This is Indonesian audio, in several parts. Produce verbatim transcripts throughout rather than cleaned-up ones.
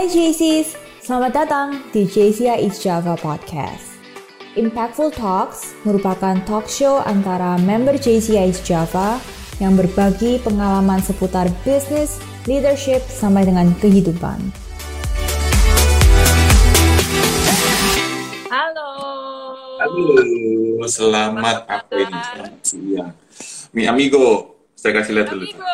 Hai J Cs, selamat datang di J C I East Java Podcast. Impactful Talks merupakan talk show antara member J C I East Java yang berbagi pengalaman seputar bisnis, leadership, sampai dengan kehidupan. Halo. Halo, selamat apa ini? Selamat siang. Mi amigo, saya kasih lihat dulu. Amigo.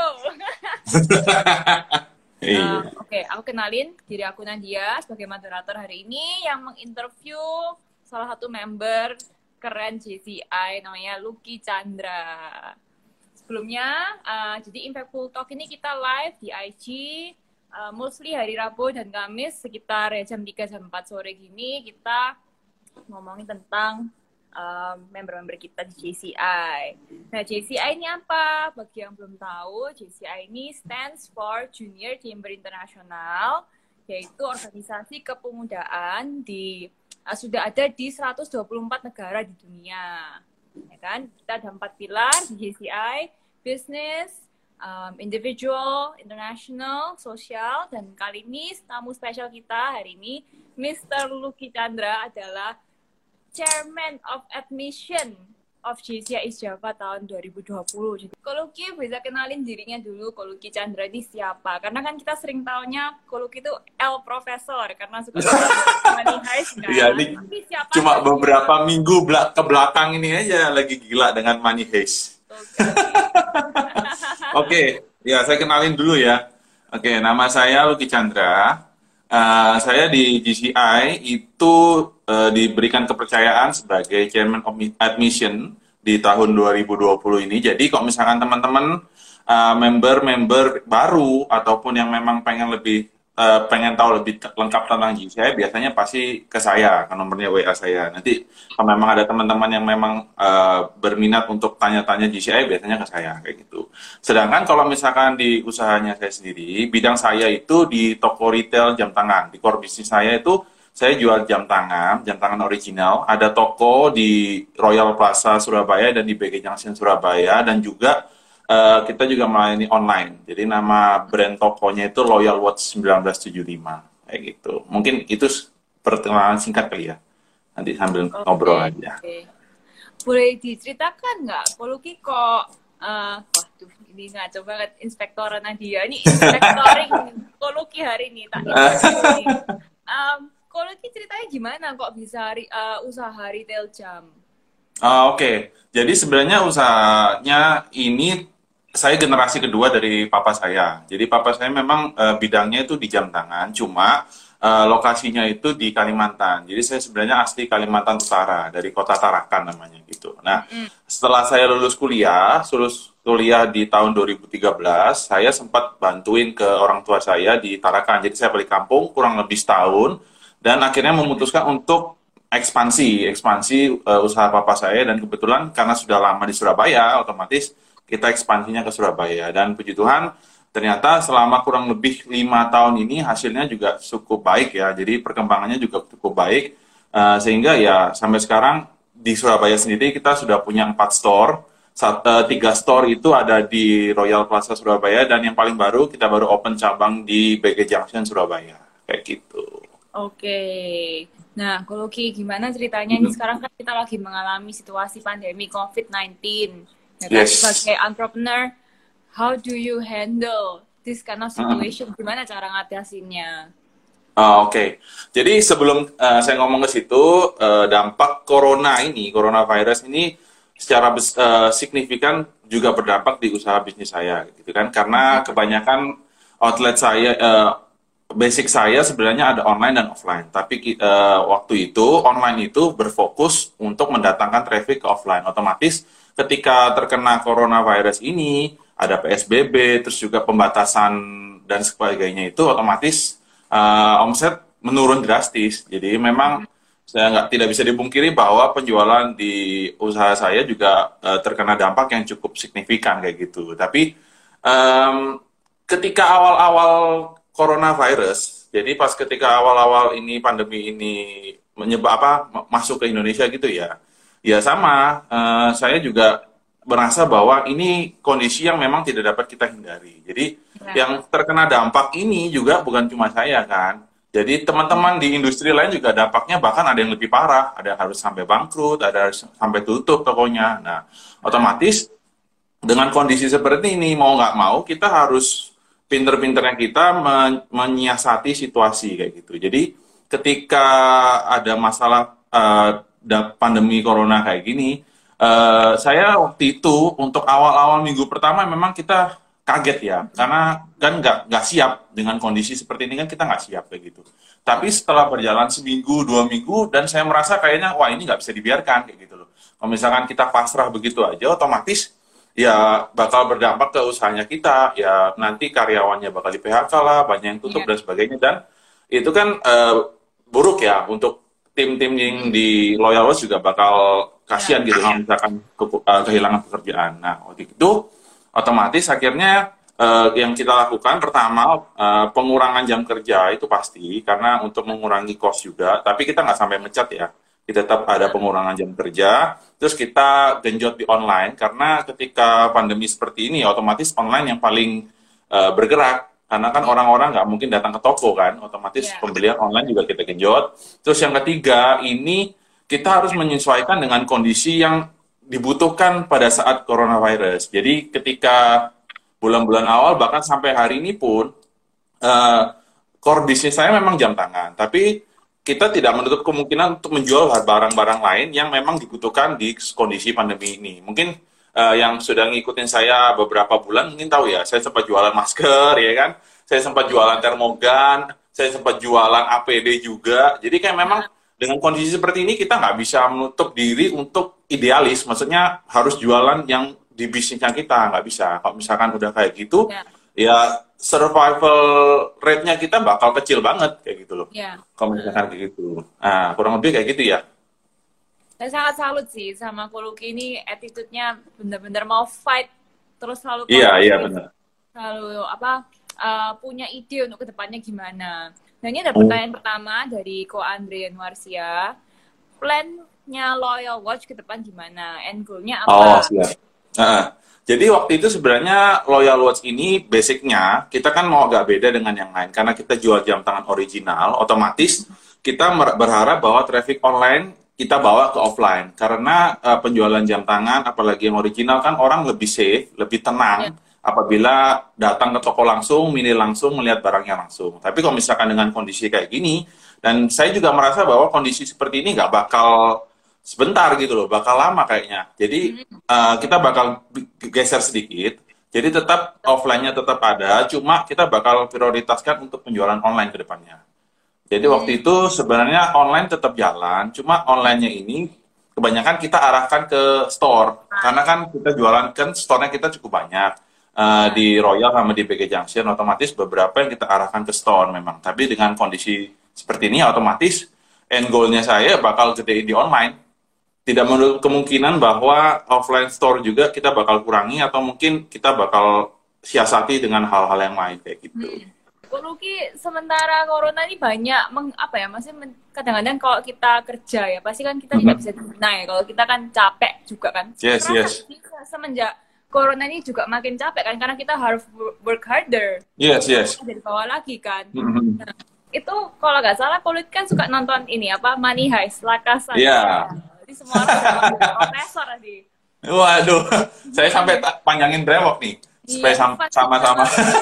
Iya. Uh, Oke, okay, aku kenalin diri aku Nadia sebagai moderator hari ini yang menginterview salah satu member keren J C I namanya Lucky Chandra. Sebelumnya, uh, jadi Impactful Talk ini kita live di I G uh, mostly hari Rabu dan Kamis sekitar ya, jam tiga jam empat sore gini kita ngomongin tentang uh, member-member kita di J C I. Nah, J C I ini apa? Bagi yang belum tahu, J C I ini stands for Junior Chamber International, yaitu organisasi kepemudaan di uh, sudah ada di seratus dua puluh empat negara di dunia. Ya kan? Kita ada empat pilar di J C I, business, um, individual, international, sosial, dan kali ini tamu spesial kita hari ini, Mister Lucky Chandra adalah Chairman of Admission of J C I East Java tahun dua ribu dua puluh. Jadi, Ko Lucky bisa kenalin dirinya dulu, Ko Lucky Chandra ini siapa? Karena kan kita sering taunya Ko Lucky itu L Professor, karena suka money heist kan? Iya, ini cuma beberapa minggu ke belakang ini aja lagi gila dengan money heist. Oke, okay, ya saya kenalin dulu ya. Oke, okay, nama saya Lucky Chandra. Uh, saya di J C I itu uh, diberikan kepercayaan sebagai Chairman of Admission di tahun dua ribu dua puluh ini. Jadi kalau misalkan teman-teman uh, member-member baru ataupun yang memang pengen lebih uh, pengen tahu lebih lengkap tentang J C I, biasanya pasti ke saya, ke nomornya W A saya. Nanti kalau memang ada teman-teman yang memang uh, berminat untuk tanya-tanya J C I, biasanya ke saya kayak gitu. Sedangkan kalau misalkan di usahanya saya sendiri, bidang saya itu di toko retail jam tangan. Di core bisnis saya itu saya jual jam tangan, jam tangan original. Ada toko di Royal Plaza Surabaya dan di B G Junction Surabaya, dan juga uh, kita juga melayani online. Jadi nama brand tokonya itu Loyal Watch seribu sembilan ratus tujuh puluh lima kayak gitu. Mungkin itu perkenalan singkat kali ya. Nanti sambil okay, ngobrol aja. Okay. Boleh diceritakan nggak, Ko Lucky kok uh, waduh ini ngaco banget inspektoran Nadia ini inspektoring Ko Lucky hari ini tak ini. Um, Ko Lucky ceritanya gimana kok bisa hari, uh, usaha retail jam? Uh, Oke, okay. Jadi sebenarnya usahanya ini saya generasi kedua dari papa saya. Jadi papa saya memang uh, bidangnya itu di jam tangan, cuma uh, lokasinya itu di Kalimantan. Jadi saya sebenarnya asli Kalimantan Utara, dari kota Tarakan namanya gitu. Nah, mm-hmm. setelah saya lulus kuliah, lulus kuliah di tahun dua ribu tiga belas, saya sempat bantuin ke orang tua saya di Tarakan. Jadi saya balik kampung kurang lebih setahun, dan akhirnya memutuskan untuk ekspansi, ekspansi uh, usaha papa saya, dan kebetulan karena sudah lama di Surabaya, otomatis kita ekspansinya ke Surabaya. Dan puji Tuhan, ternyata selama kurang lebih lima tahun ini hasilnya juga cukup baik ya. Jadi perkembangannya juga cukup baik, uh, sehingga ya sampai sekarang di Surabaya sendiri kita sudah punya empat store. Sat, uh, tiga store itu ada di Royal Plaza Surabaya, dan yang paling baru kita baru open cabang di B G Junction Surabaya kayak gitu. Oke, nah Ko Lucky gimana ceritanya ini? Sekarang kan kita lagi mengalami situasi pandemi covid sembilan belas. Ya kan? Yes. Sebagai entrepreneur, how do you handle this kind of situation? Hmm. Gimana cara ngatasinnya? Uh, Oke, okay. Jadi sebelum uh, saya ngomong ke situ, uh, dampak corona ini, coronavirus ini secara uh, signifikan juga berdampak di usaha bisnis saya, gitu kan? Karena kebanyakan outlet saya, uh, basic saya sebenarnya ada online dan offline. Tapi uh, waktu itu online itu berfokus untuk mendatangkan traffic ke offline. Otomatis ketika terkena coronavirus ini, ada P S B B, terus juga pembatasan dan sebagainya, itu otomatis uh, omset menurun drastis. Jadi memang saya nggak tidak bisa dipungkiri bahwa penjualan di usaha saya juga uh, terkena dampak yang cukup signifikan kayak gitu. Tapi um, ketika awal-awal coronavirus, jadi pas ketika awal-awal ini pandemi ini menyebab apa masuk ke Indonesia gitu ya, ya sama, uh, saya juga merasa bahwa ini kondisi yang memang tidak dapat kita hindari. Jadi nah, yang terkena dampak ini juga bukan cuma saya kan, Jadi teman-teman di industri lain juga dampaknya bahkan ada yang lebih parah, ada yang harus sampai bangkrut, ada yang sampai tutup tokonya. Nah, otomatis dengan kondisi seperti ini mau nggak mau kita harus pinter-pinternya kita men menyiasati situasi kayak gitu. Jadi ketika ada masalah uh, pandemi corona kayak gini, uh, saya waktu itu untuk awal-awal minggu pertama memang kita kaget ya, karena kan nggak nggak siap dengan kondisi seperti ini kan kita nggak siap kayak gitu. Tapi setelah berjalan seminggu, dua minggu, dan saya merasa kayaknya wah ini nggak bisa dibiarkan kayak gitu loh. Kalau misalkan kita pasrah begitu aja, otomatis ya bakal berdampak ke usahanya kita, ya nanti karyawannya bakal di P H K lah, banyak yang tutup yeah. dan sebagainya, dan itu kan uh, buruk ya untuk tim-tim yang di Loyal Watch juga bakal kasihan yeah. gitu kalau misalkan ke, uh, kehilangan pekerjaan. Nah waktu itu otomatis akhirnya uh, yang kita lakukan pertama uh, pengurangan jam kerja itu pasti karena untuk mengurangi cost juga, tapi kita nggak sampai mecat ya. Kita tetap ada pengurangan jam kerja, terus kita genjot di online, karena ketika pandemi seperti ini, otomatis online yang paling uh, bergerak, karena kan orang-orang nggak mungkin datang ke toko kan, otomatis yeah. pembelian online juga kita genjot. Terus yang ketiga, ini kita harus menyesuaikan dengan kondisi yang dibutuhkan pada saat coronavirus. Jadi ketika bulan-bulan awal, bahkan sampai hari ini pun, uh, core bisnis saya memang jam tangan, tapi kita tidak menutup kemungkinan untuk menjual barang-barang lain yang memang dibutuhkan di kondisi pandemi ini. Mungkin uh, yang sudah ngikutin saya beberapa bulan mungkin tahu ya, saya sempat jualan masker, ya kan? Saya sempat jualan termogan, saya sempat jualan A P D juga. Jadi kayak memang dengan kondisi seperti ini kita nggak bisa menutup diri untuk idealis. Maksudnya harus jualan yang di bisnisnya kita, nggak bisa. Kalau misalkan udah kayak gitu, ya, ya survival rate-nya kita bakal kecil banget kayak gitu loh. Yeah. Kalau misalkan kayak gitu. Nah, kurang lebih kayak gitu ya. Saya sangat salut sih sama Kuluki ini, attitude-nya bener-bener mau fight terus selalu Iya, yeah, iya yeah, benar. Selalu apa uh, punya ide untuk kedepannya gimana. Nah, ini ada pertanyaan oh. pertama dari Ko Andre Warsia. Plan-nya Loyal Watch ke depan gimana? End goal-nya apa? Oh, siap. Uh, Jadi waktu itu sebenarnya Loyal Watch ini basicnya kita kan mau agak beda dengan yang lain karena kita jual jam tangan original, otomatis kita berharap bahwa traffic online kita bawa ke offline karena uh, penjualan jam tangan apalagi yang original kan orang lebih safe, lebih tenang yeah. apabila datang ke toko langsung, milih langsung, melihat barangnya langsung. Tapi kalau misalkan dengan kondisi kayak gini, dan saya juga merasa bahwa kondisi seperti ini nggak bakal sebentar gitu loh, bakal lama kayaknya. Jadi uh, kita bakal geser sedikit. Jadi tetap offline-nya tetap ada, cuma kita bakal prioritaskan untuk penjualan online ke depannya. Jadi waktu itu sebenarnya online tetap jalan, cuma online-nya ini kebanyakan kita arahkan ke store. Karena kan kita jualan, kan store-nya kita cukup banyak. Uh, di Royal sama di B G Junction, otomatis beberapa yang kita arahkan ke store memang. Tapi dengan kondisi seperti ini, otomatis end goal-nya saya bakal gedein di online. Tidak menutup kemungkinan bahwa offline store juga kita bakal kurangi atau mungkin kita bakal siasati dengan hal-hal yang lain kayak gitu. Hmm. Kuluki, sementara corona ini banyak meng, apa ya, masih kadang-kadang kalau kita kerja ya pasti kan kita mm-hmm. tidak bisa dina ya, kalau kita kan capek juga kan. Yes, yes. Semenjak corona ini juga makin capek kan karena kita harus work harder. Yes, yes. Dari bawah lagi kan. Mm-hmm. Nah, itu kalau nggak salah Kuluki kan suka nonton ini apa Money Heist, La Casa. Iya. Jadi semua orang udah profesor tadi. Waduh, saya sampai panjangin brewok nih, supaya iya, sama-sama.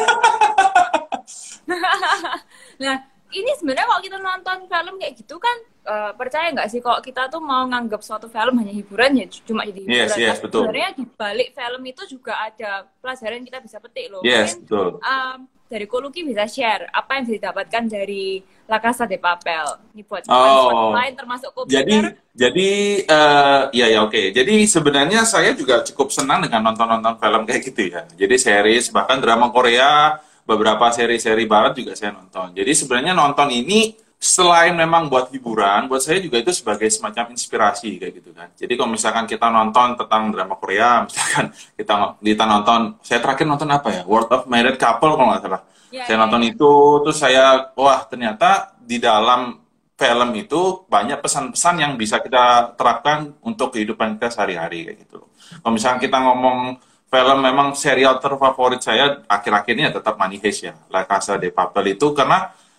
Nah, ini sebenarnya kalau kita nonton film kayak gitu kan, uh, percaya nggak sih kalau kita tuh mau nganggap suatu film hanya hiburan ya cuma jadi hiburan. Yes, yes, betul. Sebenarnya di balik film itu juga ada pelajaran yang kita bisa petik loh. Yes, mungkin, betul. Um, dari Kuluki bisa share apa yang bisa didapatkan dari La Casa de Papel. Ini buat oh, lain termasuk komputer. Jadi, jadi uh, ya ya oke. Okay. Jadi sebenarnya saya juga cukup senang dengan nonton-nonton film kayak gitu ya. Jadi series, bahkan drama Korea, beberapa seri-seri barat juga saya nonton. Jadi sebenarnya nonton ini selain memang buat hiburan, buat saya juga itu sebagai semacam inspirasi kayak gitu kan. Jadi kalau misalkan kita nonton tentang drama Korea, misalkan kita kita nonton, saya terakhir nonton apa ya? World of Married Couple kalau nggak salah. Yeah, saya yeah, nonton yeah. itu, terus saya, wah ternyata di dalam film itu banyak pesan-pesan yang bisa kita terapkan untuk kehidupan kita sehari-hari kayak gitu. Kalau misalkan kita ngomong film, memang serial terfavorit saya akhir-akhir ini ya tetap Money Heist ya, La Casa de Papel itu karena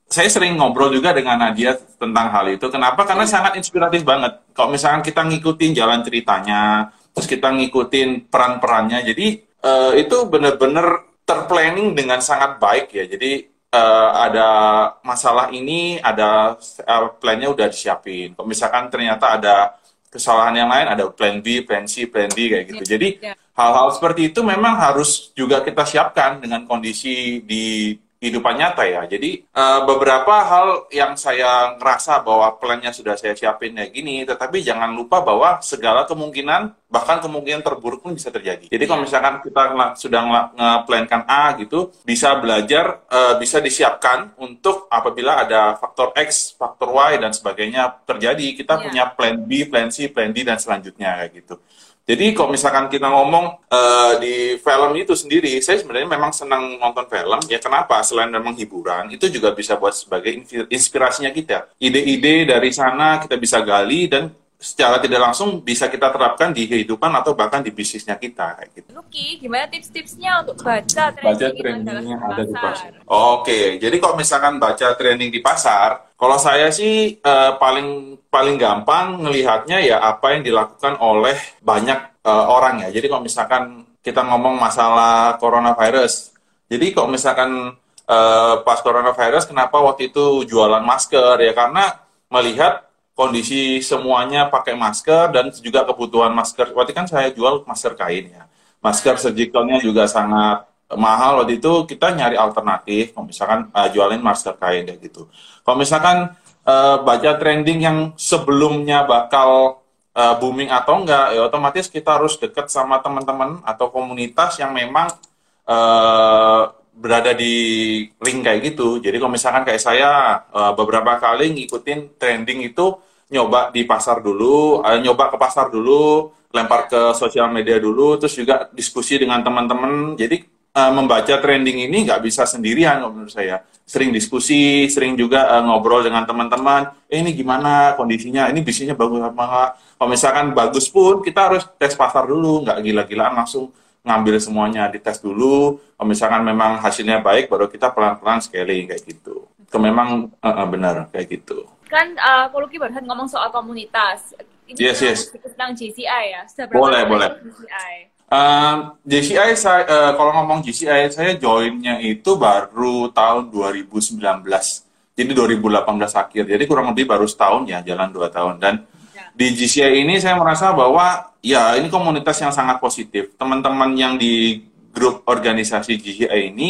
saya sering ngobrol juga dengan Nadia tentang hal itu. Kenapa? Karena sangat inspiratif banget. Kalau misalkan kita ngikutin jalan ceritanya, terus kita ngikutin peran-perannya, jadi uh, itu benar-benar terplanning dengan sangat baik ya. Jadi uh, ada masalah ini, ada uh, plan-nya udah disiapin. Kalau misalkan ternyata ada kesalahan yang lain, ada plan B, plan C, plan D kayak gitu. Jadi hal-hal seperti itu memang harus juga kita siapkan dengan kondisi di kehidupan nyata ya. Jadi uh, beberapa hal yang saya ngerasa bahwa plannya sudah saya siapin kayak gini, tetapi jangan lupa bahwa segala kemungkinan, bahkan kemungkinan terburuk pun bisa terjadi. Jadi kalau misalkan kita sudah nge-plankan A gitu, bisa belajar, uh, bisa disiapkan untuk apabila ada faktor X, faktor Y, dan sebagainya terjadi, kita yeah. punya plan B, plan C, plan D, dan selanjutnya kayak gitu. Jadi kalau misalkan kita ngomong uh, di film itu sendiri, saya sebenarnya memang senang nonton film. Ya kenapa? Selain memang hiburan, itu juga bisa buat sebagai inspirasinya kita. Ide-ide dari sana kita bisa gali dan secara tidak langsung bisa kita terapkan di kehidupan atau bahkan di bisnisnya kita kayak gitu. Luki, gimana tips-tipsnya untuk baca trending, baca trending yang ada di pasar? Oke, jadi kalau misalkan baca trending di pasar, kalau saya sih uh, paling paling gampang ngelihatnya ya apa yang dilakukan oleh banyak uh, orang ya. Jadi kalau misalkan kita ngomong masalah coronavirus, jadi kalau misalkan uh, pas coronavirus, kenapa waktu itu jualan masker ya? Karena melihat kondisi semuanya pakai masker dan juga kebutuhan masker. Waktu kan saya jual masker kain ya. Masker surgicalnya juga sangat mahal. Waktu itu kita nyari alternatif, kalau misalkan uh, jualin masker kain kayak gitu. Kalau misalkan uh, baca trending yang sebelumnya bakal uh, booming atau enggak, ya otomatis kita harus dekat sama teman-teman atau komunitas yang memang uh, berada di link kayak gitu. Jadi kalau misalkan kayak saya uh, beberapa kali ngikutin trending itu, nyoba di pasar dulu, uh, nyoba ke pasar dulu, lempar ke sosial media dulu, terus juga diskusi dengan teman-teman. Jadi uh, membaca trending ini nggak bisa sendirian menurut saya. Sering diskusi, sering juga uh, ngobrol dengan teman-teman. Eh ini gimana kondisinya? Ini bisnisnya bagus apa enggak? Kalau misalkan bagus pun, kita harus tes pasar dulu, nggak gila-gilaan langsung ngambil semuanya, dites dulu. Kalau misalkan memang hasilnya baik, baru kita pelan-pelan scaling kayak gitu. Kalau memang uh, uh, benar kayak gitu. Kan uh, kalau Luki barusan ngomong soal komunitas. Ini yes, yes. tentang J C I ya. Sudah berapa boleh, boleh. J C I? Uh, J C I, saya, uh, kalau ngomong J C I, saya joinnya itu baru tahun dua ribu sembilan belas. Jadi dua ribu delapan belas akhir. Jadi kurang lebih baru setahun ya, jalan dua tahun. Dan ya. Di J C I ini saya merasa bahwa ya ini komunitas yang sangat positif. Teman-teman yang di grup organisasi J C I ini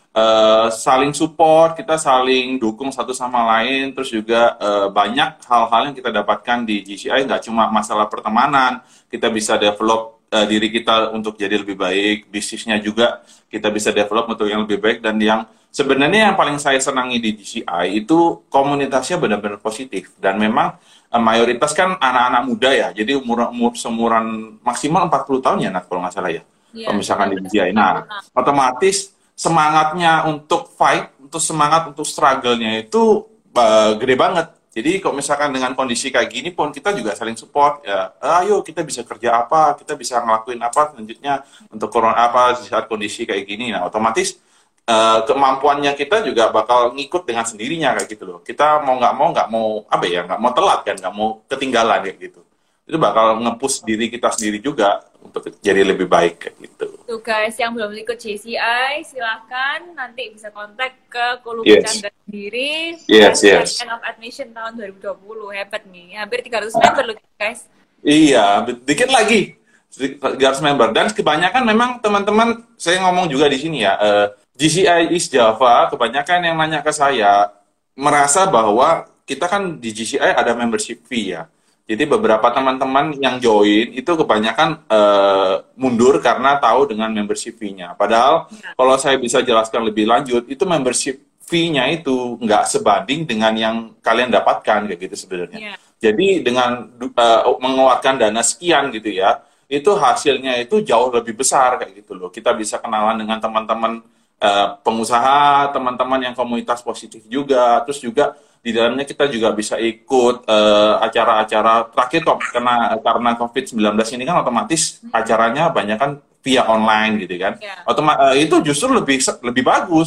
Uh, saling support, kita saling dukung satu sama lain, terus juga uh, banyak hal-hal yang kita dapatkan di J C I, nggak cuma masalah pertemanan, kita bisa develop uh, diri kita untuk jadi lebih baik, bisnisnya juga kita bisa develop untuk yang lebih baik, dan yang sebenarnya yang paling saya senangi di J C I itu komunitasnya benar-benar positif, dan memang uh, mayoritas kan anak-anak muda ya, jadi umur, umur seumuran maksimal empat puluh tahun ya, Nat, kalau nggak salah ya, yeah, kalau misalkan di J C I. Nah, otomatis semangatnya untuk fight, untuk semangat untuk struggle-nya itu uh, gede banget. Jadi kalau misalkan dengan kondisi kayak gini pun kita juga saling support ya. Ayo kita bisa kerja apa, kita bisa ngelakuin apa selanjutnya untuk corona apa di saat kondisi kayak gini. Nah otomatis uh, kemampuannya kita juga bakal ngikut dengan sendirinya kayak gitu loh. Kita mau nggak mau nggak mau apa ya nggak mau telat kan, nggak mau ketinggalan kayak gitu. Itu bakal nge-push diri kita sendiri juga untuk jadi lebih baik kayak gitu. Tuh guys, yang belum ikut J C I, silahkan nanti bisa kontak ke Luki yes. Chandra sendiri. Yes, yes. End of admission tahun dua ribu dua puluh, hebat nih. Hampir tiga ratus member loh guys. Iya, dikit lagi. tiga ratus member. Dan kebanyakan memang teman-teman, saya ngomong juga di sini ya, uh, J C I East Java, kebanyakan yang nanya ke saya, merasa bahwa kita kan di J C I ada membership fee ya. Jadi beberapa teman-teman yang join itu kebanyakan uh, mundur karena tahu dengan membership fee-nya. Padahal ya. Kalau saya bisa jelaskan lebih lanjut, itu membership fee-nya itu nggak sebanding dengan yang kalian dapatkan kayak gitu sebenarnya. Ya. Jadi dengan uh, mengeluarkan dana sekian gitu ya, itu hasilnya itu jauh lebih besar kayak gitu loh. Kita bisa kenalan dengan teman-teman uh, pengusaha, teman-teman yang komunitas positif juga, terus juga di dalamnya kita juga bisa ikut uh, acara-acara terakhir kok karena karena covid sembilan belas ini kan otomatis acaranya banyak kan via online gitu kan. Yeah. Otoma uh, itu justru lebih lebih bagus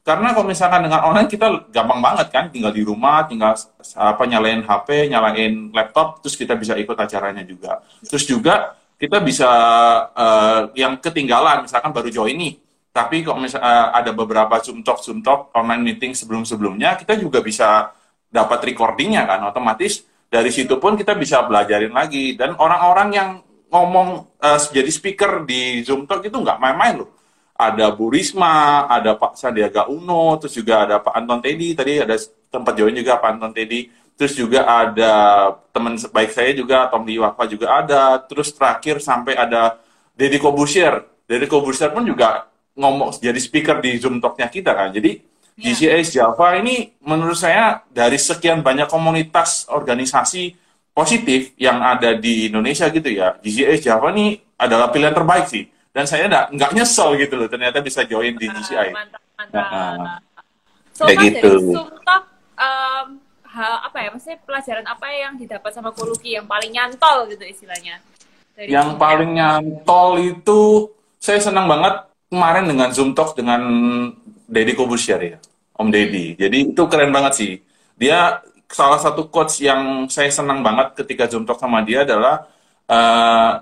Karena kalau misalkan dengan online kita gampang banget kan, tinggal di rumah, tinggal apa nyalain H P, nyalain laptop, terus kita bisa ikut acaranya juga. Terus juga kita bisa uh, yang ketinggalan, misalkan baru join nih, tapi kalau misalnya uh, ada beberapa Zoom Talk, Zoom Talk, online meeting sebelum-sebelumnya, kita juga bisa dapat recordingnya kan, otomatis dari situ pun kita bisa belajarin lagi. Dan orang-orang yang ngomong uh, jadi speaker di Zoom Talk itu nggak main-main loh. Ada Bu Risma, ada Pak Sandiaga Uno, terus juga ada Pak Anton Teddy, tadi ada tempat join juga Pak Anton Teddy, terus juga ada teman baik saya juga, Tom Lee Wafa juga ada, terus terakhir sampai ada Deddy Corbuzier. Deddy Corbuzier pun juga ngomong jadi speaker di Zoom Talk-nya kita kan. Jadi yeah. G C I Java ini menurut saya dari sekian banyak komunitas organisasi positif yang ada di Indonesia gitu ya, G C I Java ini adalah pilihan terbaik sih. Dan saya nggak nggak nyesel gitu loh, ternyata bisa join di G C I. Mantap, mantap. Nah, so, kayak Mas, gitu. dari Zoom Talk, um, hal apa ya, maksudnya pelajaran apa yang didapat sama Kuluki yang paling nyantol gitu istilahnya? Dari yang Zoom paling nyantol itu, saya senang banget kemarin dengan Zoom Talk dengan Deddy Corbuzier ya, Om Deddy. Hmm. Jadi itu keren banget sih. Dia salah satu coach yang saya senang banget ketika Zoom Talk sama dia adalah uh,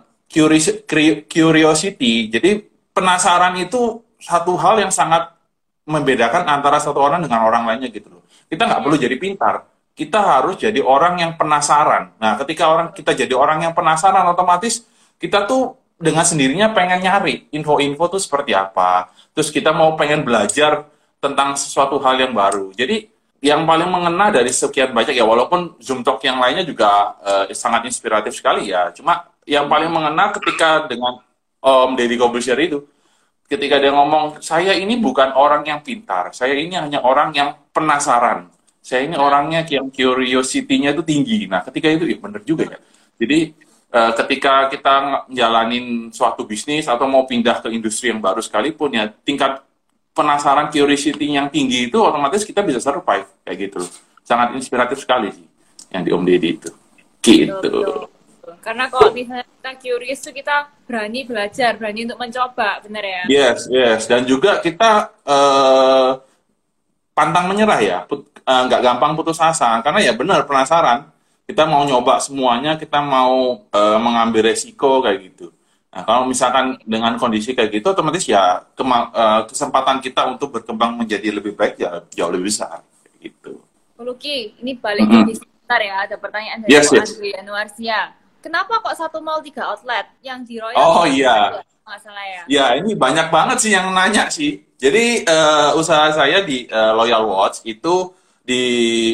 curiosity. Jadi penasaran itu satu hal yang sangat membedakan antara satu orang dengan orang lainnya gitu loh. Kita nggak perlu jadi pintar, kita harus jadi orang yang penasaran. Nah, ketika orang kita jadi orang yang penasaran, otomatis kita tuh dengan sendirinya pengen nyari info-info tuh seperti apa. Terus kita mau pengen belajar tentang sesuatu hal yang baru. Jadi yang paling mengena dari sekian banyak ya, walaupun Zoom Talk yang lainnya juga uh, sangat inspiratif sekali ya. Cuma yang paling mengena ketika dengan Om Deddy Corbuzier itu, ketika dia ngomong, saya ini bukan orang yang pintar, saya ini hanya orang yang penasaran, saya ini orangnya yang curiosity-nya itu tinggi. Nah, ketika itu, ya bener juga ya. Jadi, uh, ketika kita jalanin suatu bisnis atau mau pindah ke industri yang baru sekalipun, ya tingkat penasaran curiosity yang tinggi itu otomatis kita bisa survive, kayak gitu. Sangat inspiratif sekali sih, yang di Om Deddy itu. Gitu. Betul, betul. Karena kalau misalnya kita curious tuh kita berani belajar, berani untuk mencoba, benar ya? Yes, yes. Dan juga kita uh, pantang menyerah ya, Put, uh, nggak gampang putus asa. Karena ya benar penasaran, kita mau nyoba semuanya, kita mau uh, mengambil resiko kayak gitu. Nah, kalau misalkan dengan kondisi kayak gitu, otomatis ya kema- uh, kesempatan kita untuk berkembang menjadi lebih baik ya jauh lebih besar. Kayak gitu. Luki, ini balik Mm-hmm. ke sebentar ya, ada pertanyaan dari yes, Pak yes. Andri Anuarsia. Kenapa kok satu mall tiga outlet yang di Royal? Oh iya, nggak salah ya? Ya ini banyak banget sih yang nanya sih. Jadi uh, usaha saya di uh, Loyal Watch itu di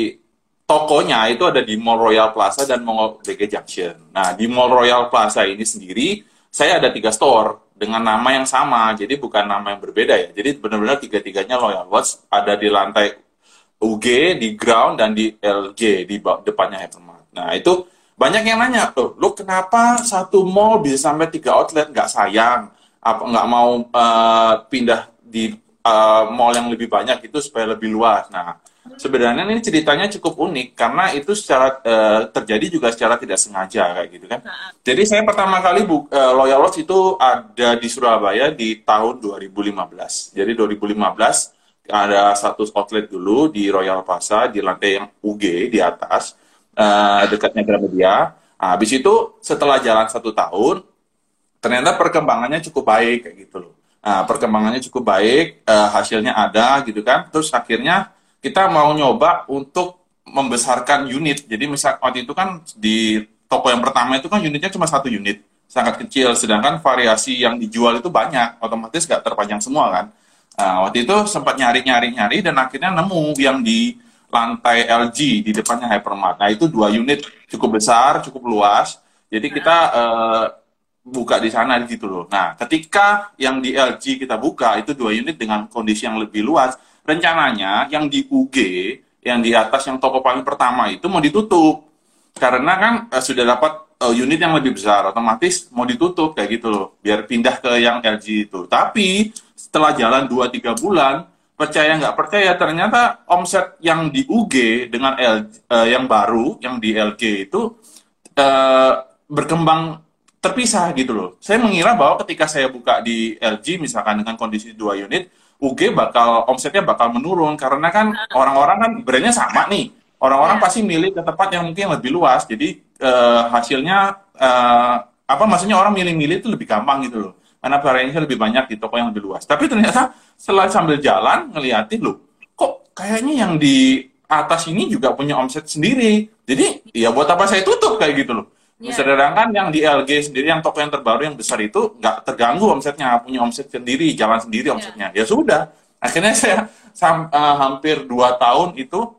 tokonya itu ada di Mall Royal Plaza dan Mall B G Junction. Nah di Mall Royal Plaza ini sendiri saya ada tiga store dengan nama yang sama, jadi bukan nama yang berbeda ya. Jadi benar-benar tiga-tiganya Loyal Watch ada di lantai U G, di ground dan di L G di depannya Hypermart. Nah itu banyak yang nanya, loh, lo kenapa satu mall bisa sampai tiga outlet? Nggak sayang? Apa nggak mau uh, pindah di uh, mall yang lebih banyak itu supaya lebih luas? Nah, sebenarnya ini ceritanya cukup unik karena itu secara uh, terjadi juga secara tidak sengaja kayak gitu kan. Jadi saya pertama kali bu, uh, Loyal Watch itu ada di Surabaya di tahun dua ribu lima belas. Jadi dua ribu lima belas ada satu outlet dulu di Royal Plaza di lantai yang U G di atas. Uh, dekatnya Gramedia. Nah, habis itu setelah jalan satu tahun, ternyata perkembangannya cukup baik kayak gitu loh. Nah, perkembangannya cukup baik, uh, hasilnya ada gitu kan. Terus akhirnya kita mau nyoba untuk membesarkan unit. Jadi misal waktu itu kan di toko yang pertama itu kan unitnya cuma satu unit, sangat kecil. Sedangkan variasi yang dijual itu banyak, otomatis nggak terpanjang semua kan. Nah, waktu itu sempat nyari-nyari-nyari dan akhirnya nemu yang di lantai L G di depannya Hypermart. Nah itu dua unit cukup besar, cukup luas. Jadi kita uh, buka di sana gitu loh. Nah ketika yang di L G kita buka itu dua unit dengan kondisi yang lebih luas. Rencananya yang di U G, yang di atas yang toko paling pertama itu mau ditutup. Karena kan uh, sudah dapat uh, unit yang lebih besar, otomatis mau ditutup kayak gitu loh. Biar pindah ke yang L G itu. Tapi setelah jalan dua tiga bulan, percaya nggak percaya, ternyata omset yang di U G dengan L G, uh, yang baru, yang di L G itu uh, berkembang terpisah gitu loh. Saya mengira bahwa ketika saya buka di L G, misalkan dengan kondisi dua unit, U G bakal omsetnya bakal menurun karena kan orang-orang kan brandnya sama nih. Orang-orang Ya. pasti milih ke tempat yang mungkin lebih luas. Jadi eh, hasilnya eh, apa maksudnya orang milih-milih itu lebih gampang gitu loh. Karena variannya lebih banyak di toko yang lebih luas. Tapi ternyata setelah sambil jalan ngeliatin loh, kok kayaknya yang di atas ini juga punya omset sendiri. Jadi ya buat apa saya tutup kayak gitu loh. Ya. Sedangkan yang di L G sendiri, yang toko yang terbaru yang besar itu nggak terganggu omsetnya, punya omset sendiri, jalan sendiri omsetnya. Ya sudah, akhirnya saya sam- eh, hampir dua tahun itu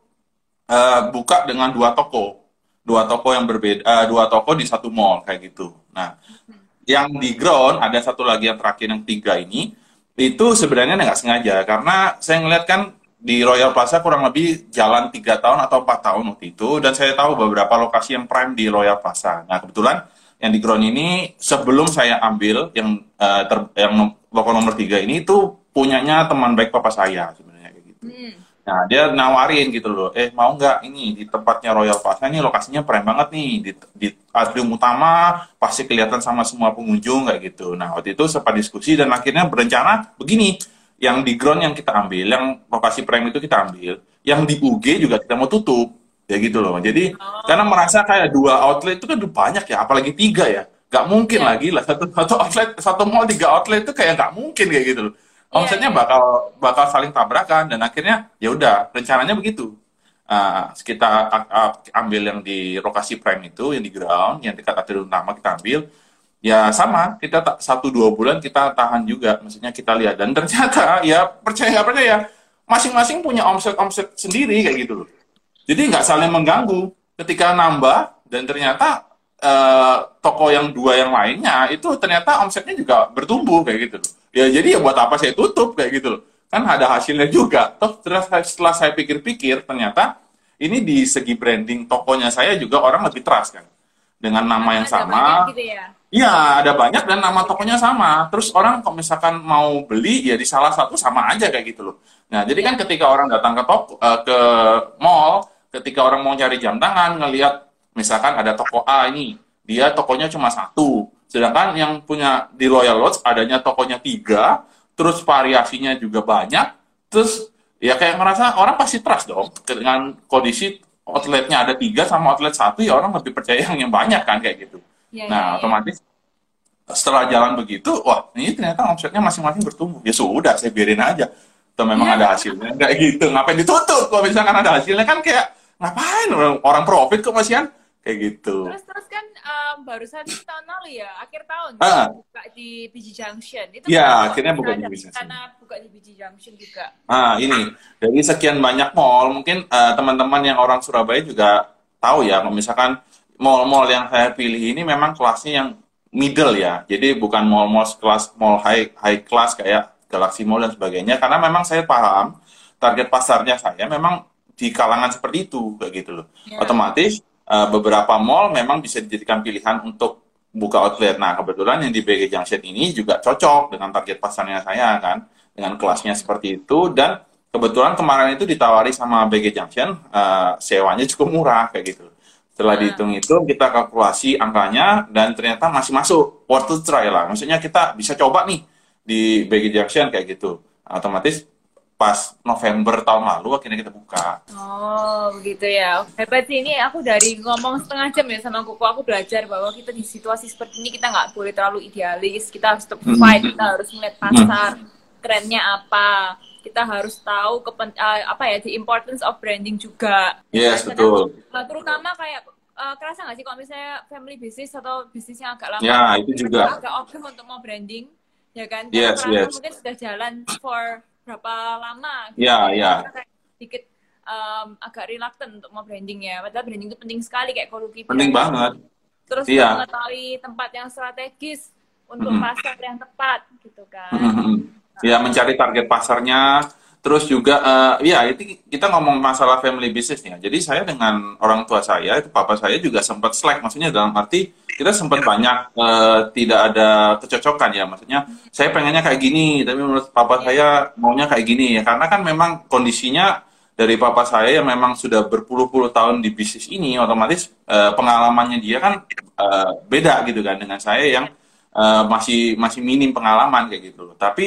eh, buka dengan dua toko, dua toko yang berbeda, eh, dua toko di satu mall kayak gitu. Nah, yang di ground ada satu lagi yang terakhir yang tiga ini itu sebenarnya nggak sengaja karena saya ngeliat kan di Royal Plaza kurang lebih jalan tiga tahun atau empat tahun waktu itu dan saya tahu beberapa lokasi yang prime di Royal Plaza. Nah kebetulan yang di ground ini sebelum saya ambil yang eh, ter- yang nom- toko nomor tiga ini itu punyanya teman baik papa saya sebenarnya kayak gitu. Hmm. Nah, dia nawarin gitu loh, eh mau nggak ini di tempatnya Royal Plaza ini lokasinya keren banget nih, di, di atrium utama pasti kelihatan sama semua pengunjung kayak gitu. Nah, waktu itu sempat diskusi dan akhirnya berencana begini, yang di ground yang kita ambil, yang lokasi prime itu kita ambil, yang di U G juga kita mau tutup, ya gitu loh. Jadi, karena merasa kayak dua outlet itu kan udah banyak ya, apalagi tiga ya. Nggak mungkin Ya. lagi lah, satu, satu outlet, satu mall, tiga outlet itu kayak nggak mungkin kayak gitu loh. Iya, Omsetnya iya. bakal bakal saling tabrakan dan akhirnya ya udah rencananya begitu. Ah, kita a- a- ambil yang di lokasi prime itu, yang di ground, yang dekat atrium utama kita ambil. Ya sama, kita tak satu dua bulan kita tahan juga, maksudnya kita lihat dan ternyata ya percaya nggak percaya, masing-masing punya omset-omset sendiri kayak gitu loh. Jadi nggak saling mengganggu. Ketika nambah dan ternyata eh, toko yang dua yang lainnya itu ternyata omsetnya juga bertumbuh kayak gitu loh. Ya jadi ya buat apa saya tutup kayak gitu loh. Kan ada hasilnya juga. Toh setelah, setelah saya pikir-pikir ternyata ini di segi branding tokonya saya juga orang lebih trust kan. Dengan nama yang Ada sama. banyak gitu ya. Iya, ada banyak dan nama tokonya sama. Terus orang kalau misalkan mau beli ya di salah satu sama aja kayak gitu loh. Nah, jadi kan ketika orang datang ke toko eh, ke mall, ketika orang mau cari jam tangan, ngelihat misalkan ada toko A ini, dia tokonya cuma satu. Sedangkan yang punya di Royal Lodge adanya tokonya tiga, terus variasinya juga banyak. Terus ya kayak ngerasa orang pasti trust dong dengan kondisi outletnya ada tiga sama outlet satu ya orang lebih percaya yang yang banyak kan kayak gitu. Ya, Nah, ya, ya. otomatis setelah jalan begitu, wah ini ternyata omsetnya masing-masing bertumbuh. Ya sudah, saya biarin aja. Atau memang ada hasilnya, nggak gitu. Ngapain ditutup? Kalau misalkan ada hasilnya kan kayak, ngapain orang, orang profit kok masihan? Kayak gitu. Terus terus kan em, barusan tahun lalu ya, akhir tahun Ah. buka di B G Junction. Itu Ya, kenapa kok akhirnya bisa buka di ada B G Junction. rencana buka di B G Junction juga? Nah, ini dari sekian banyak mall, mungkin eh, teman-teman yang orang Surabaya juga tahu ya, kalau misalkan mall-mall yang saya pilih ini memang kelasnya yang middle ya. Jadi bukan mall-mall kelas mall high high class kayak Galaxy Mall dan sebagainya. Karena memang saya paham target pasarnya saya memang di kalangan seperti itu kayak gitu loh. Ya. Otomatis eh, beberapa mall memang bisa dijadikan pilihan untuk buka outlet. Nah, kebetulan yang di B G Junction ini juga cocok dengan target pasarnya saya kan, dengan kelasnya seperti itu dan kebetulan kemarin itu ditawari sama B G Junction, eh, sewanya cukup murah kayak gitu. Setelah Nah. dihitung-hitung, kita kalkulasi angkanya dan ternyata masih masuk, worth to try lah. Maksudnya kita bisa coba nih di B G Junction kayak gitu. Otomatis pas November tahun lalu akhirnya kita buka. Oh, begitu ya. Hebat sih ini aku dari ngomong setengah jam ya sama Koko, aku belajar bahwa kita di situasi seperti ini kita nggak boleh terlalu idealis. Kita harus tetap fight, kita harus melihat pasar, trennya apa. Kita harus tahu kepen, eh, apa ya, the importance of branding juga. Yes, Karena, betul. eh, terutama kayak eh, kerasa nggak sih kalau misalnya family business atau bisnis yang agak lama, Ya, itu juga. agak ogah untuk mau branding, ya kan? Yes, Karena yes. mungkin sudah jalan for berapa lama. gitu. Ya, ya. Kita kayak sedikit um, agak reluctant untuk mau branding ya. Padahal branding itu penting sekali kayak Koluki Penting bilang. banget. Terus Iya. untuk mengetahui tempat yang strategis untuk Mhm. pasar yang tepat gitu kan. Mhm. Ya, mencari target pasarnya. Terus juga, eh, ya itu kita ngomong masalah family business nih. ya. Jadi saya dengan orang tua saya, itu papa saya juga sempat slack. Maksudnya dalam arti kita sempat banyak eh, tidak ada kecocokan ya. Maksudnya saya pengennya kayak gini, tapi menurut papa saya maunya kayak gini ya. Karena kan memang kondisinya dari papa saya yang memang sudah berpuluh-puluh tahun di bisnis ini, otomatis eh, pengalamannya dia kan eh, beda gitu kan dengan saya yang eh, masih masih minim pengalaman kayak gitu loh. Tapi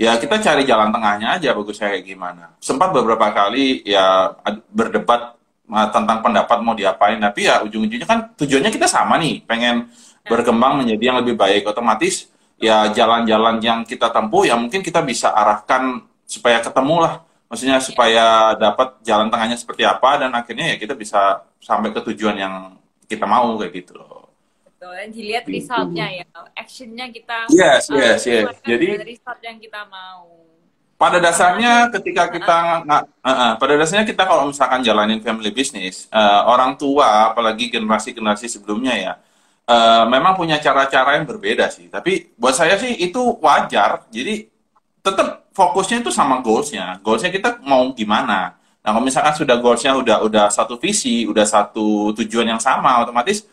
ya kita cari jalan tengahnya aja, bagusnya kayak gimana. Sempat beberapa kali ya ad- berdebat uh, tentang pendapat mau diapain, tapi ya ujung-ujungnya kan tujuannya kita sama nih, pengen berkembang menjadi yang lebih baik. Otomatis ya jalan-jalan yang kita tempuh ya mungkin kita bisa arahkan supaya ketemu lah. Maksudnya supaya dapat jalan tengahnya seperti apa dan akhirnya ya kita bisa sampai ke tujuan yang kita mau kayak gitu loh. Betul, dan dilihat Gitu. resultnya ya, actionnya kita Yes, uh, yes, yes. sesuaikan Jadi dengan result yang kita mau. pada Sama dasarnya aja. ketika Uh-uh. kita nggak, uh, uh, pada dasarnya kita kalau misalkan jalanin family business, uh, orang tua apalagi generasi-generasi sebelumnya ya, uh, memang punya cara-cara yang berbeda sih. Tapi buat saya sih itu wajar. Jadi tetap fokusnya itu sama goalsnya. Goalsnya kita mau gimana. Nah kalau misalkan sudah goalsnya udah udah satu visi, udah satu tujuan yang sama, otomatis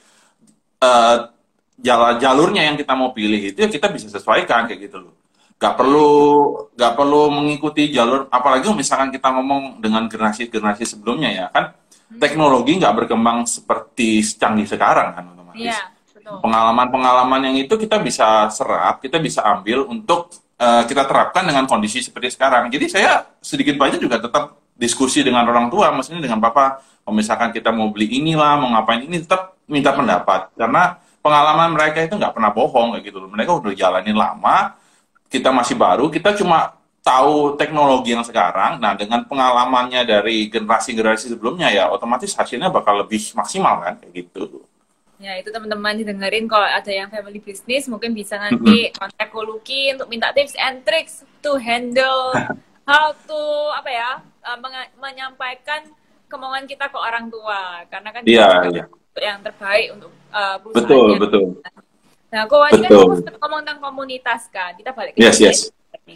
uh, jalan jalurnya yang kita mau pilih itu ya kita bisa sesuaikan kayak gitu loh. Gak perlu gak perlu mengikuti jalur, apalagi misalkan kita ngomong dengan generasi-generasi sebelumnya ya kan, teknologi nggak berkembang seperti secanggih sekarang kan otomatis. Iya, betul. Pengalaman-pengalaman yang itu kita bisa serap, kita bisa ambil untuk uh, kita terapkan dengan kondisi seperti sekarang. Jadi saya sedikit banyak juga tetap diskusi dengan orang tua, maksudnya dengan papa, kalau misalkan kita mau beli inilah, mau ngapain ini, tetap minta pendapat. Karena pengalaman mereka itu nggak pernah bohong kayak gitu loh. Mereka udah jalanin lama, kita masih baru, kita cuma tahu teknologi yang sekarang. Nah, dengan pengalamannya dari generasi-generasi sebelumnya ya, otomatis hasilnya bakal lebih maksimal kan, kayak gitu. Ya, itu teman-teman didengerin kalau ada yang family business mungkin bisa nanti kontak Ko Lucky untuk minta tips and tricks to handle how to apa ya uh, menge- menyampaikan kemauan kita ke orang tua karena kan kita Iya, juga iya. untuk yang terbaik untuk uh, Betul, perusahaannya. betul. Nah, Ko ini kan Betul. kamu sempat ngomong tentang komunitas kan, kita balik ke Yes, J C I. yes.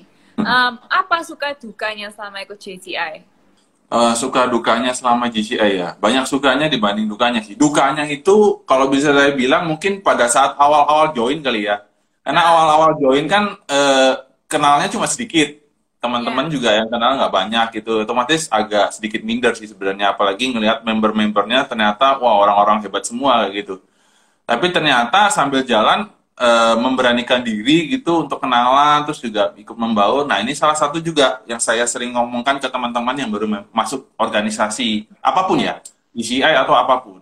Um, apa suka dukanya selama ikut J C I? Uh, suka dukanya selama G C I ya, banyak sukanya dibanding dukanya sih. Dukanya itu kalau bisa saya bilang mungkin pada saat awal-awal join kali ya, karena awal-awal join kan uh, kenalnya cuma sedikit, teman-teman juga yang kenal nggak banyak gitu, otomatis agak sedikit minder sih sebenarnya, apalagi ngelihat member-membernya ternyata wah orang-orang hebat semua gitu. Tapi ternyata sambil jalan eh, memberanikan diri gitu untuk kenalan, terus juga ikut membaur. Nah ini salah satu juga yang saya sering ngomongkan ke teman-teman yang baru me- masuk organisasi apapun ya, D C I atau apapun.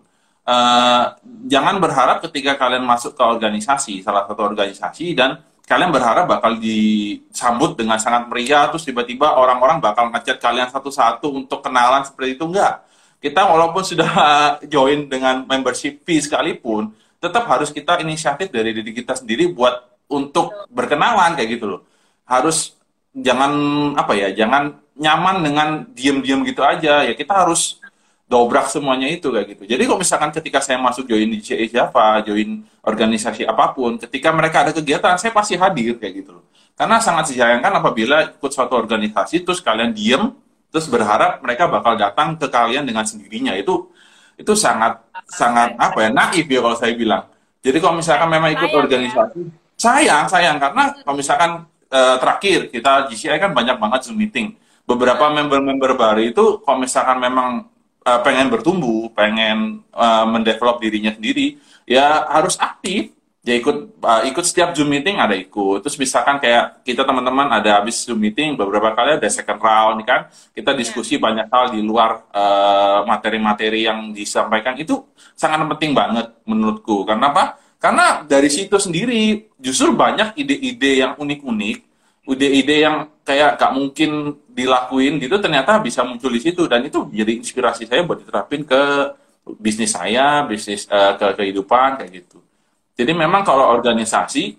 Eh, jangan berharap ketika kalian masuk ke organisasi, salah satu organisasi, dan kalian berharap bakal disambut dengan sangat meriah, terus tiba-tiba orang-orang bakal ngechat kalian satu-satu untuk kenalan seperti itu. Enggak. Kita walaupun sudah join dengan membership fee sekalipun, tetap harus kita inisiatif dari diri kita sendiri buat untuk berkenalan kayak gitu loh. Harus jangan apa ya, jangan nyaman dengan diem-diem gitu aja. Ya kita harus dobrak semuanya itu kayak gitu. Jadi kalau misalkan ketika saya masuk join di C I Java, join organisasi apapun, ketika mereka ada kegiatan, saya pasti hadir kayak gitu loh. Karena sangat disayangkan apabila ikut suatu organisasi terus kalian diem, terus berharap mereka bakal datang ke kalian dengan sendirinya. Itu itu sangat sangat apa ya, naif ya kalau saya bilang. Jadi kalau misalkan memang ikut Sayang, organisasi, sayang sayang karena kalau misalkan eh, terakhir kita G C I kan banyak banget Zoom meeting. Beberapa member-member baru itu kalau misalkan memang eh, pengen bertumbuh, pengen eh, mendevelop dirinya sendiri, ya harus aktif. Ya ikut uh, ikut setiap Zoom meeting ada ikut. Terus misalkan kayak kita teman-teman ada habis Zoom meeting beberapa kali ada second round kan. Kita diskusi yeah. banyak hal di luar uh, materi-materi yang disampaikan, itu sangat penting banget menurutku. Karena apa? Karena dari situ sendiri justru banyak ide-ide yang unik-unik, ide-ide yang kayak gak mungkin dilakuin gitu ternyata bisa muncul di situ, dan itu jadi inspirasi saya buat diterapin ke bisnis saya, bisnis uh, ke kehidupan kayak gitu. Jadi memang kalau organisasi,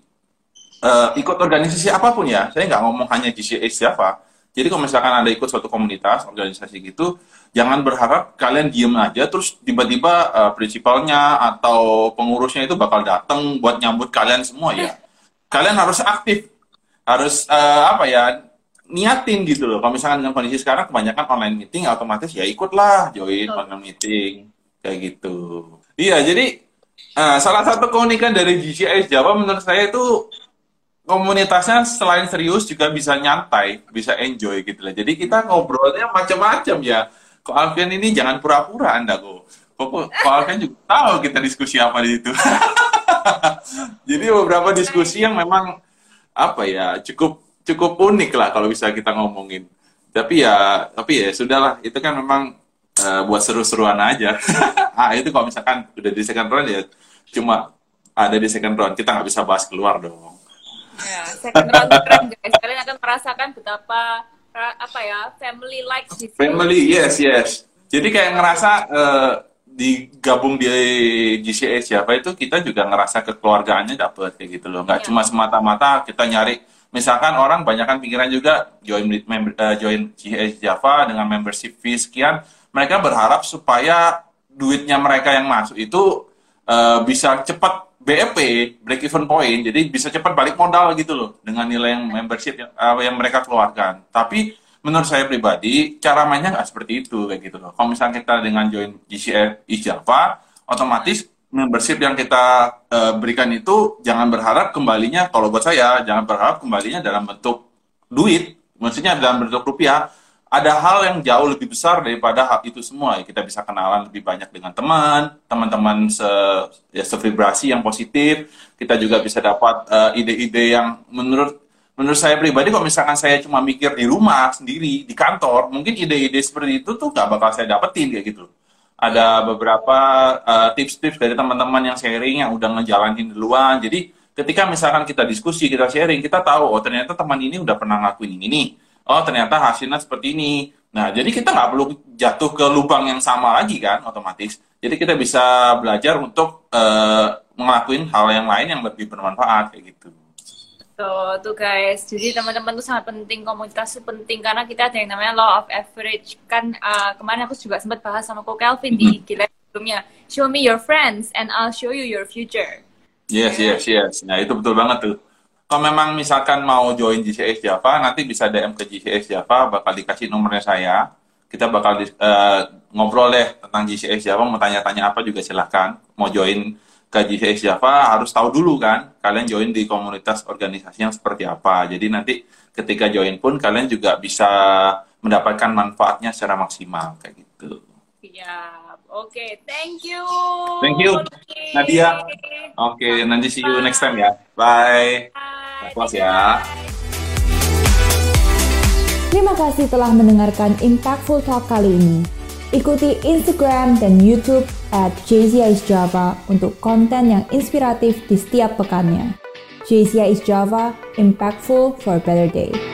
uh, ikut organisasi apapun ya, saya nggak ngomong hanya G C H Java. Jadi kalau misalkan Anda ikut suatu komunitas, organisasi gitu, jangan berharap kalian diem aja, terus tiba-tiba uh, prinsipalnya atau pengurusnya itu bakal datang buat nyambut kalian semua ya. Kalian harus aktif, harus uh, apa ya, niatin gitu loh. Kalau misalkan dengan kondisi sekarang kebanyakan online meeting, otomatis ya ikutlah join oh. online meeting, kayak gitu. Iya, jadi Nah, salah satu keunikan dari G C I Java menurut saya itu komunitasnya selain serius juga bisa nyantai, bisa enjoy gitu lah. Jadi kita ngobrolnya macam-macam ya. Kok Alfian ini jangan pura-pura Anda kok. Kok Alfian juga tahu kita diskusi apa di situ. Jadi beberapa diskusi yang memang apa ya cukup cukup unik lah kalau bisa kita ngomongin. Tapi ya, tapi ya sudahlah. Itu kan memang uh, buat seru-seruan aja. Ah itu kalau misalkan udah di second round ya cuma ada di second round, kita nggak bisa bahas keluar dong. Ya, second round keren guys. Kalian akan merasakan betapa apa ya family like di sini. Family, yes yes. Jadi kayak ngerasa uh, digabung di G C S Java itu kita juga ngerasa kekeluargaannya dapet kayak gitu loh. Nggak ya. Cuma semata-mata kita nyari. Misalkan orang banyak kan pikiran juga join member, uh, join G C S Java dengan membership fee sekian. Mereka berharap supaya duitnya mereka yang masuk itu uh, bisa cepat B E P, break even point, jadi bisa cepat balik modal gitu loh dengan nilai yang membership yang, uh, yang mereka keluarkan. Tapi menurut saya pribadi cara mainnya nggak seperti itu kayak gitu loh. Kalau misalnya kita dengan join G C S Java, otomatis membership yang kita uh, berikan itu jangan berharap kembalinya. Kalau buat saya jangan berharap kembalinya dalam bentuk duit, maksudnya dalam bentuk rupiah. Ada hal yang jauh lebih besar daripada hal itu semua. Kita bisa kenalan lebih banyak dengan teman, teman-teman se, ya, sevibrasi yang positif. Kita juga bisa dapat uh, ide-ide yang menurut menurut saya pribadi, kalau misalkan saya cuma mikir di rumah sendiri, di kantor, mungkin ide-ide seperti itu tuh nggak bakal saya dapetin kayak gitu. Ada beberapa uh, tips-tips dari teman-teman yang sharing yang udah ngejalanin duluan. Jadi ketika misalkan kita diskusi, kita sharing, kita tahu, oh ternyata teman ini udah pernah ngelakuin ini nih. Oh ternyata hasilnya seperti ini. Nah jadi kita nggak perlu jatuh ke lubang yang sama lagi kan otomatis. Jadi kita bisa belajar untuk uh, ngelakuin hal yang lain yang lebih bermanfaat kayak gitu. Tuh, tuh guys. Jadi teman-teman tuh sangat penting, komunitas tuh penting karena kita ada yang namanya law of average. Kan uh, kemarin aku juga sempat bahas sama Ko Kelvin di Gila sebelumnya. Show me your friends and I'll show you your future. Yes, yes, yes. Nah itu betul banget tuh. Kalau memang misalkan mau join G C S Java, nanti bisa D M ke G C S Java, bakal dikasih nomornya saya. Kita bakal di, uh, ngobrol deh tentang G C S Java, mau tanya-tanya apa juga silahkan. Mau join ke G C S Java, harus tahu dulu kan, kalian join di komunitas organisasi yang seperti apa. Jadi nanti ketika join pun, kalian juga bisa mendapatkan manfaatnya secara maksimal, kayak gitu. Iya, oke, okay. Thank you. Thank you, okay. Nadia. Oke, okay, nanti see you next time ya. Bye. Bye. Close ya. Terima kasih telah mendengarkan Impactful Talk kali ini. Ikuti Instagram dan YouTube at J C I Java untuk konten yang inspiratif di setiap pekannya. J C I Java, impactful for a better day.